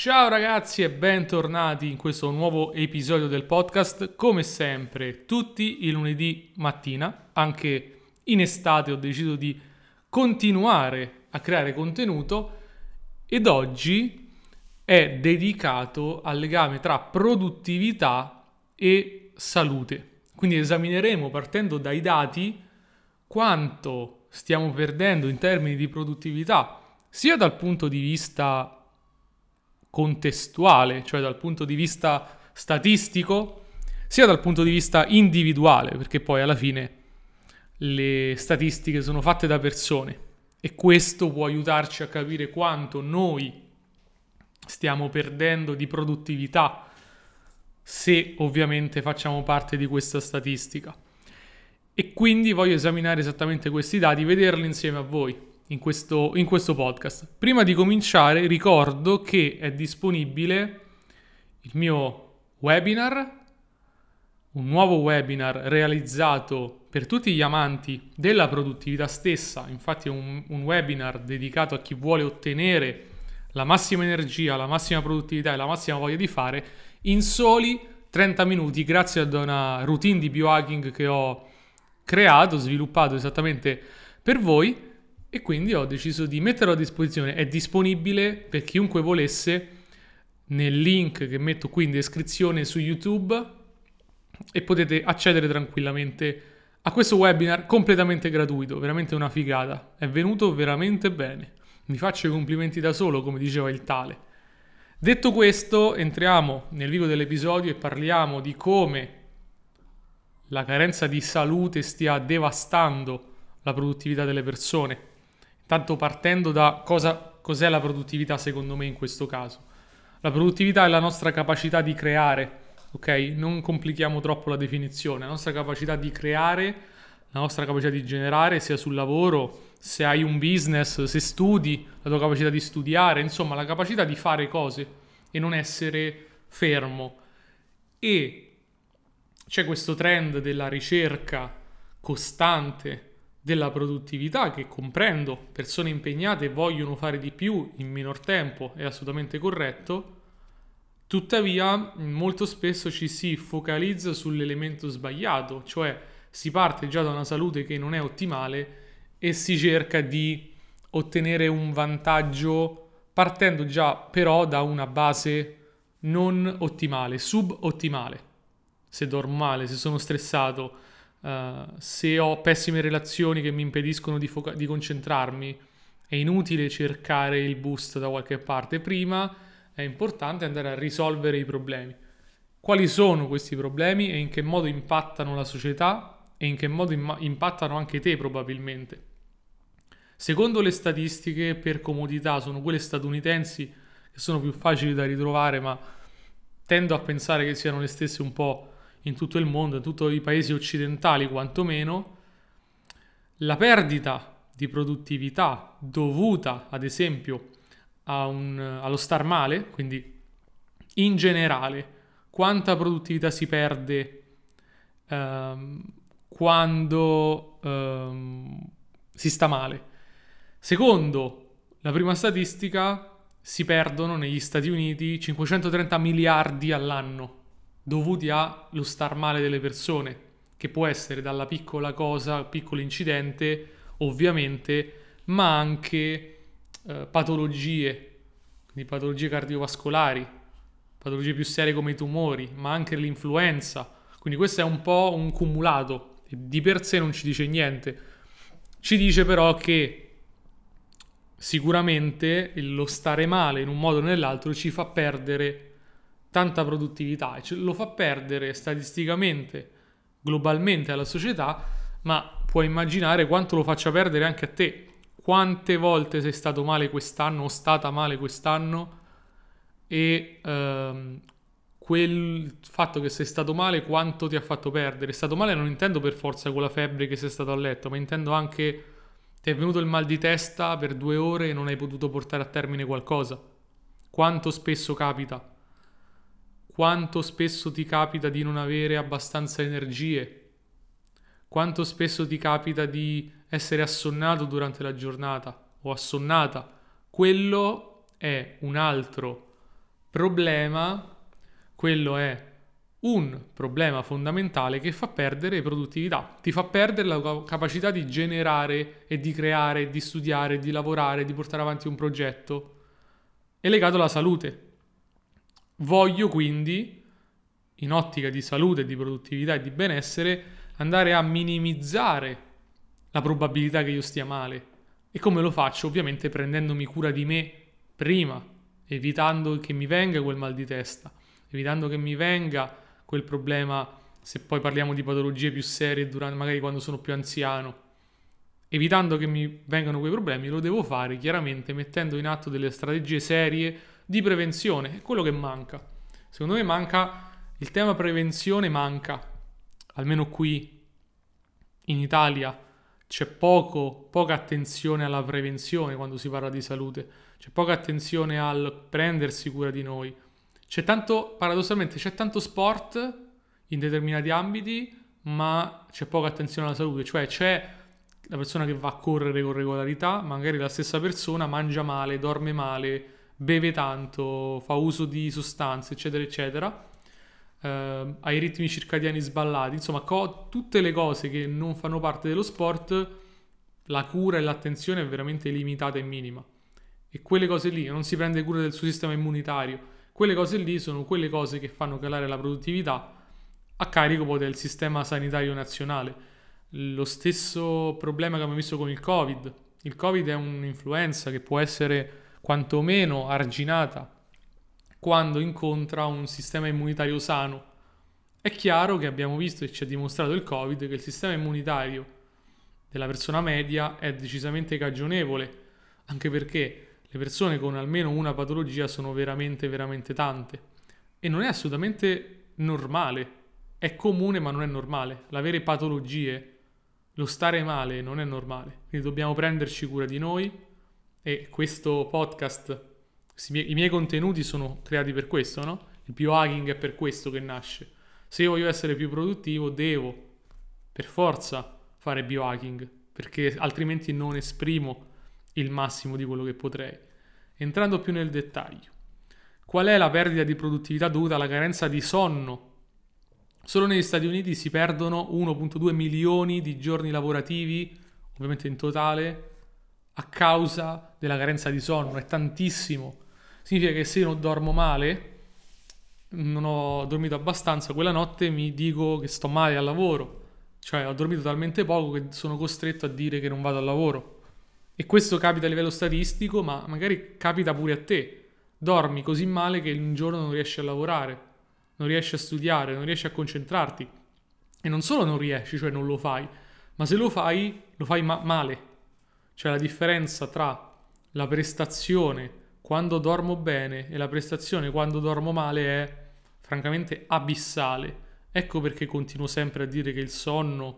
Ciao ragazzi e bentornati in questo nuovo episodio del podcast. Come sempre, tutti i lunedì mattina, anche in estate ho deciso di continuare a creare contenuto ed oggi è dedicato al legame tra produttività e salute. Quindi esamineremo partendo dai dati quanto stiamo perdendo in termini di produttività, sia dal punto di vista contestuale, cioè dal punto di vista statistico, sia dal punto di vista individuale, perché poi alla fine le statistiche sono fatte da persone e questo può aiutarci a capire quanto noi stiamo perdendo di produttività se ovviamente facciamo parte di questa statistica. E quindi voglio esaminare esattamente questi dati, vederli insieme a voi in questo podcast. Prima di cominciare ricordo che è disponibile il mio webinar, un nuovo webinar realizzato per tutti gli amanti della produttività stessa. Infatti è un webinar dedicato a chi vuole ottenere la massima energia, la massima produttività e la massima voglia di fare in soli 30 minuti grazie ad una routine di biohacking che ho creato, sviluppato esattamente per voi. E quindi ho deciso di metterlo a disposizione. È disponibile per chiunque volesse nel link che metto qui in descrizione su YouTube e potete accedere tranquillamente a questo webinar completamente gratuito. Veramente una figata. È venuto veramente bene. Mi faccio i complimenti da solo, come diceva il tale. Detto questo, entriamo nel vivo dell'episodio e parliamo di come la carenza di salute stia devastando la produttività delle persone. Tanto partendo da cos'è la produttività secondo me in questo caso. La produttività è la nostra capacità di creare, ok? Non complichiamo troppo la definizione. La nostra capacità di creare, la nostra capacità di generare, sia sul lavoro, se hai un business, se studi, la tua capacità di studiare, insomma la capacità di fare cose e non essere fermo. E c'è questo trend della ricerca costante della produttività, che comprendo, persone impegnate vogliono fare di più in minor tempo, è assolutamente corretto. Tuttavia molto spesso ci si focalizza sull'elemento sbagliato, cioè si parte già da una salute che non è ottimale e si cerca di ottenere un vantaggio partendo già però da una base non ottimale, subottimale. Se dormo male, se sono stressato, se ho pessime relazioni che mi impediscono di concentrarmi, è inutile cercare il boost da qualche parte. Prima è importante andare a risolvere i problemi. Quali sono questi problemi e in che modo impattano la società e in che modo impattano anche te probabilmente. Secondo le statistiche, per comodità, sono quelle statunitensi che sono più facili da ritrovare, ma tendo a pensare che siano le stesse un po' in tutto il mondo, in tutti i paesi occidentali quantomeno. La perdita di produttività dovuta ad esempio allo star male, quindi in generale quanta produttività si perde quando si sta male. Secondo la prima statistica si perdono negli Stati Uniti 530 miliardi all'anno dovuti allo star male delle persone, che può essere dalla piccola cosa, piccolo incidente, ovviamente, ma anche patologie, quindi patologie cardiovascolari, patologie più serie come i tumori, ma anche l'influenza. Quindi questo è un po' un cumulato, e di per sé non ci dice niente. Ci dice però che sicuramente lo stare male in un modo o nell'altro ci fa perdere tanta produttività e lo fa perdere statisticamente, globalmente alla società, ma puoi immaginare quanto lo faccia perdere anche a te. Quante volte sei stato male quest'anno o stata male quest'anno e quel fatto che sei stato male quanto ti ha fatto perdere. Stato male non intendo per forza con la febbre che sei stato a letto, ma intendo anche ti è venuto il mal di testa per 2 ore e non hai potuto portare a termine qualcosa. Quanto spesso capita? Quanto spesso ti capita di non avere abbastanza energie? Quanto spesso ti capita di essere assonnato durante la giornata o assonnata? Quello è un altro problema, quello è un problema fondamentale che fa perdere produttività, ti fa perdere la capacità di generare e di creare, di studiare, di lavorare, di portare avanti un progetto. È legato alla salute. Voglio quindi, in ottica di salute, di produttività e di benessere, andare a minimizzare la probabilità che io stia male. E come lo faccio? Ovviamente prendendomi cura di me prima, evitando che mi venga quel mal di testa, evitando che mi venga quel problema, se poi parliamo di patologie più serie, magari quando sono più anziano. Evitando che mi vengano quei problemi, lo devo fare chiaramente mettendo in atto delle strategie serie di prevenzione. È quello che manca. Secondo me il tema prevenzione manca, almeno qui in Italia c'è poca attenzione alla prevenzione quando si parla di salute, c'è poca attenzione al prendersi cura di noi. Paradossalmente c'è tanto sport in determinati ambiti, ma c'è poca attenzione alla salute, cioè c'è la persona che va a correre con regolarità, magari la stessa persona mangia male, dorme male, beve tanto, fa uso di sostanze, eccetera, eccetera, ha i ritmi circadiani sballati, insomma, tutte le cose che non fanno parte dello sport, la cura e l'attenzione è veramente limitata e minima. E quelle cose lì, non si prende cura del suo sistema immunitario, quelle cose lì sono quelle cose che fanno calare la produttività a carico poi del sistema sanitario nazionale. Lo stesso problema che abbiamo visto con il Covid. Il Covid è un'influenza che può essere quantomeno arginata quando incontra un sistema immunitario sano. È chiaro che abbiamo visto e ci ha dimostrato il Covid che il sistema immunitario della persona media è decisamente cagionevole, anche perché le persone con almeno una patologia sono veramente, veramente tante. E non è assolutamente normale. È comune ma non è normale. L'avere patologie, lo stare male non è normale. Quindi dobbiamo prenderci cura di noi e questo podcast, i miei contenuti sono creati per questo, no? Il biohacking è per questo che nasce. Se io voglio essere più produttivo devo per forza fare biohacking, perché altrimenti non esprimo il massimo di quello che potrei. Entrando più nel dettaglio, qual è la perdita di produttività dovuta alla carenza di sonno? Solo negli Stati Uniti si perdono 1,2 milioni di giorni lavorativi, ovviamente in totale, a causa della carenza di sonno. È tantissimo. Significa che se io non dormo male, non ho dormito abbastanza, quella notte mi dico che sto male al lavoro. Cioè ho dormito talmente poco che sono costretto a dire che non vado al lavoro. E questo capita a livello statistico, ma magari capita pure a te. Dormi così male che un giorno non riesci a lavorare, non riesci a studiare, non riesci a concentrarti. E non solo non riesci, cioè non lo fai, ma se lo fai male. Cioè la differenza tra la prestazione quando dormo bene e la prestazione quando dormo male è francamente abissale. Ecco perché continuo sempre a dire che il sonno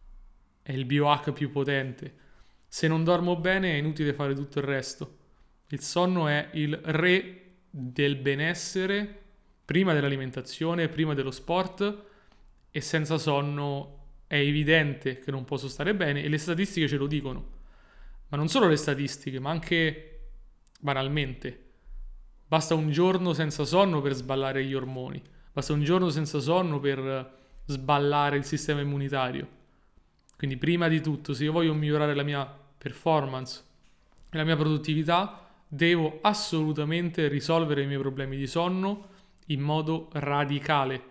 è il biohack più potente. Se non dormo bene è inutile fare tutto il resto. Il sonno è il re del benessere, prima dell'alimentazione, prima dello sport, e senza sonno è evidente che non posso stare bene e le statistiche ce lo dicono. Ma non solo le statistiche, ma anche banalmente. Basta un giorno senza sonno per sballare gli ormoni. Basta un giorno senza sonno per sballare il sistema immunitario. Quindi prima di tutto, se io voglio migliorare la mia performance e la mia produttività, devo assolutamente risolvere i miei problemi di sonno in modo radicale,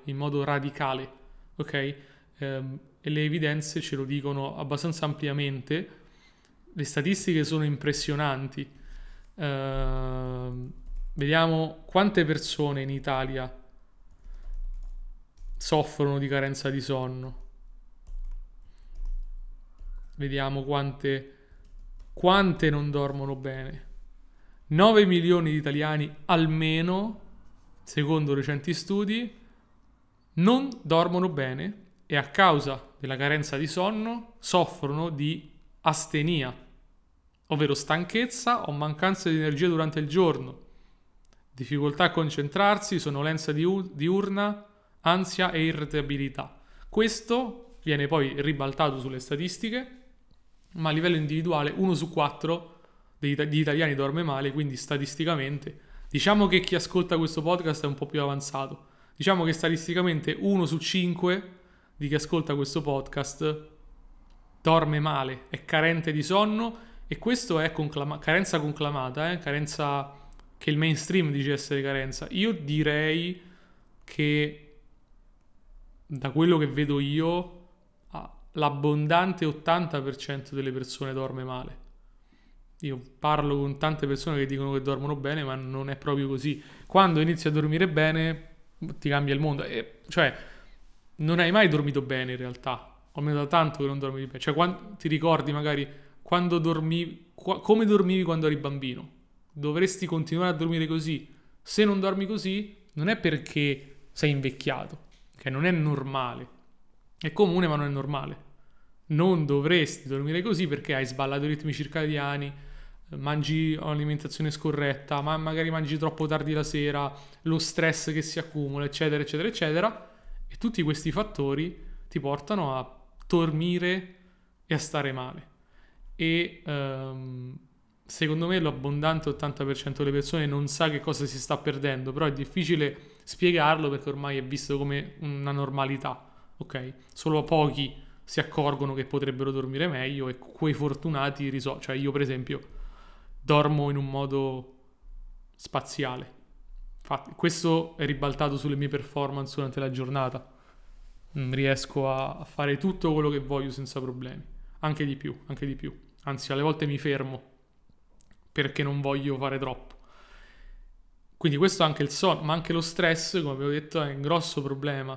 ok? E le evidenze ce lo dicono abbastanza ampiamente, le statistiche sono impressionanti. Vediamo quante persone in Italia soffrono di carenza di sonno. Vediamo quante non dormono bene. 9 milioni di italiani almeno, secondo recenti studi, non dormono bene e a causa della carenza di sonno soffrono di astenia, ovvero stanchezza o mancanza di energia durante il giorno, difficoltà a concentrarsi, sonnolenza diurna, ansia e irritabilità. Questo viene poi ribaltato sulle statistiche, ma a livello individuale 1 su 4 di italiani dorme male, quindi statisticamente Diciamo che chi ascolta questo podcast è un po' più avanzato. Diciamo che statisticamente 1 su 5 di chi ascolta questo podcast dorme male, è carente di sonno, e questo è carenza conclamata, carenza che il mainstream dice essere carenza. Io direi che da quello che vedo io, l'abbondante 80% delle persone dorme male. Io parlo con tante persone che dicono che dormono bene, ma non è proprio così. Quando inizi a dormire bene, ti cambia il mondo. Cioè, non hai mai dormito bene in realtà. O almeno da tanto che non dormi bene. Cioè, ti ricordi magari quando dormivi, come dormivi quando eri bambino? Dovresti continuare a dormire così. Se non dormi così, non è perché sei invecchiato, che non è normale. È comune, ma non è normale. Non dovresti dormire così perché hai sballato i ritmi circadiani, mangi un'alimentazione scorretta, ma magari mangi troppo tardi la sera, lo stress che si accumula, eccetera, eccetera, eccetera. E tutti questi fattori ti portano a dormire e a stare male. E secondo me l'abbondante 80% delle persone non sa che cosa si sta perdendo, però è difficile spiegarlo perché ormai è visto come una normalità, ok? Solo pochi si accorgono che potrebbero dormire meglio e quei fortunati risolvono. Cioè io per esempio dormo in un modo spaziale. Infatti, questo è ribaltato sulle mie performance durante la giornata. Riesco a fare tutto quello che voglio senza problemi, anche di più, anche di più. Anzi, alle volte mi fermo perché non voglio fare troppo. Quindi questo è anche il sonno, ma anche lo stress, come avevo detto, è un grosso problema.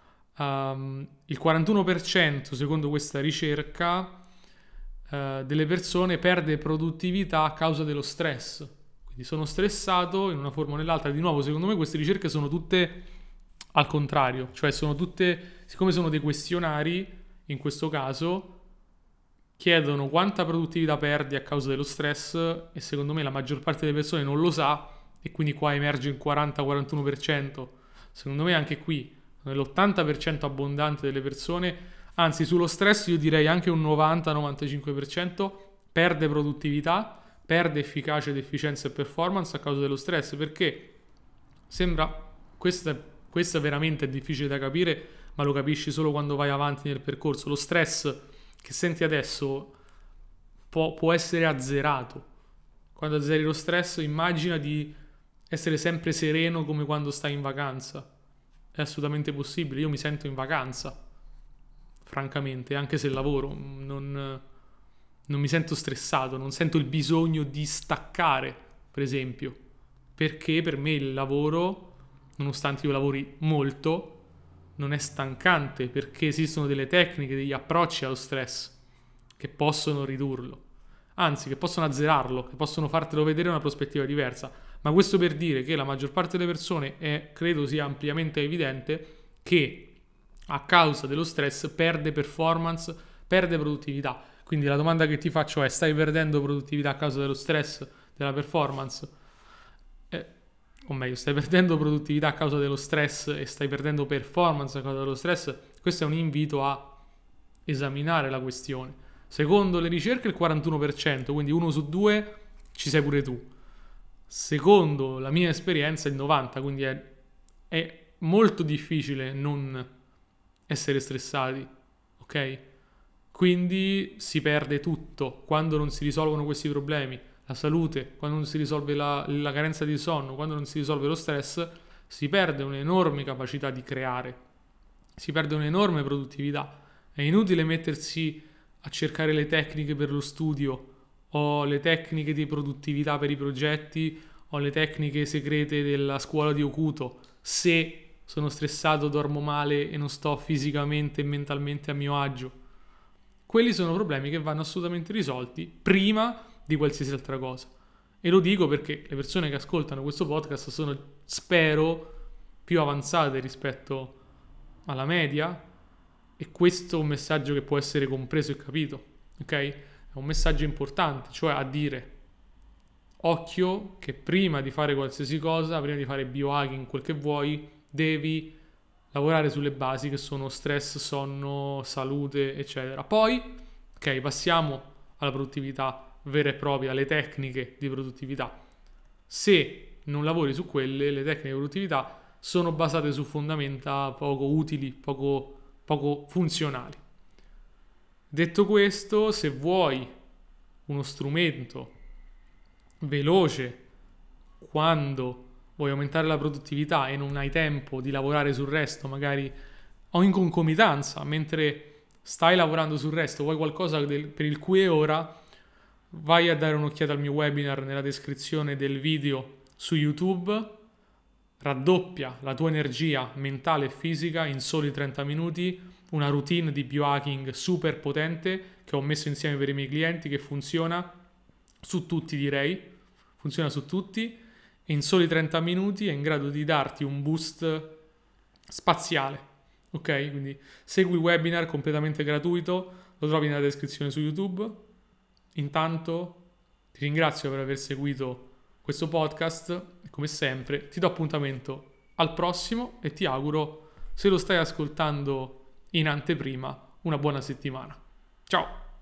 Il 41% secondo questa ricerca delle persone perde produttività a causa dello stress. Quindi sono stressato in una forma o nell'altra. Di nuovo, secondo me queste ricerche sono tutte al contrario, cioè sono tutte, siccome sono dei questionari, in questo caso chiedono quanta produttività perdi a causa dello stress, e secondo me la maggior parte delle persone non lo sa, e quindi qua emerge il 40-41%. Secondo me anche qui nell'80% abbondante delle persone, anzi sullo stress io direi anche un 90-95% perde produttività, perde efficacia ed efficienza e performance a causa dello stress, perché sembra, questo è veramente difficile da capire, ma lo capisci solo quando vai avanti nel percorso. Lo stress che senti adesso può essere azzerato. Quando azzeri lo stress, immagina di essere sempre sereno come quando stai in vacanza. È assolutamente possibile. Io mi sento in vacanza, francamente, anche se lavoro. Non mi sento stressato, non sento il bisogno di staccare, per esempio, perché per me il lavoro, nonostante io lavori molto, non è stancante, perché esistono delle tecniche, degli approcci allo stress che possono ridurlo, anzi che possono azzerarlo, che possono fartelo vedere una prospettiva diversa. Ma questo per dire che la maggior parte delle persone, credo sia ampiamente evidente, che a causa dello stress perde performance, perde produttività. Quindi la domanda che ti faccio è: stai perdendo produttività a causa dello stress, della performance? O meglio, stai perdendo produttività a causa dello stress e stai perdendo performance a causa dello stress? Questo è un invito a esaminare la questione. Secondo le ricerche il 41%, quindi 1 su 2 ci sei pure tu. Secondo la mia esperienza il 90%, quindi è molto difficile non essere stressati, ok? Quindi si perde tutto quando non si risolvono questi problemi. La salute, quando non si risolve la carenza di sonno, quando non si risolve lo stress, si perde un'enorme capacità di creare, si perde un'enorme produttività. È inutile mettersi a cercare le tecniche per lo studio, o le tecniche di produttività per i progetti, o le tecniche segrete della scuola di Okuto, se sono stressato, dormo male e non sto fisicamente e mentalmente a mio agio. Quelli sono problemi che vanno assolutamente risolti prima di qualsiasi altra cosa. E lo dico perché le persone che ascoltano questo podcast sono, spero, più avanzate rispetto alla media, e questo è un messaggio che può essere compreso e capito, ok? È un messaggio importante, cioè a dire: occhio che prima di fare qualsiasi cosa, prima di fare biohacking, quel che vuoi, devi lavorare sulle basi che sono stress, sonno, salute, eccetera. Poi, ok, passiamo alla produttività vera e propria, alle tecniche di produttività. Se non lavori su quelle, le tecniche di produttività sono basate su fondamenta poco utili, poco funzionali. Detto questo, se vuoi uno strumento veloce quando vuoi aumentare la produttività e non hai tempo di lavorare sul resto, magari o in concomitanza, mentre stai lavorando sul resto, vuoi qualcosa per il qui e ora, vai a dare un'occhiata al mio webinar nella descrizione del video su YouTube. Raddoppia la tua energia mentale e fisica in soli 30 minuti, una routine di biohacking super potente che ho messo insieme per i miei clienti, che funziona su tutti, direi, funziona su tutti, e in soli 30 minuti è in grado di darti un boost spaziale. Ok? Quindi segui il webinar completamente gratuito, lo trovi nella descrizione su YouTube. Intanto ti ringrazio per aver seguito questo podcast e come sempre ti do appuntamento al prossimo e ti auguro, se lo stai ascoltando in anteprima, una buona settimana. Ciao!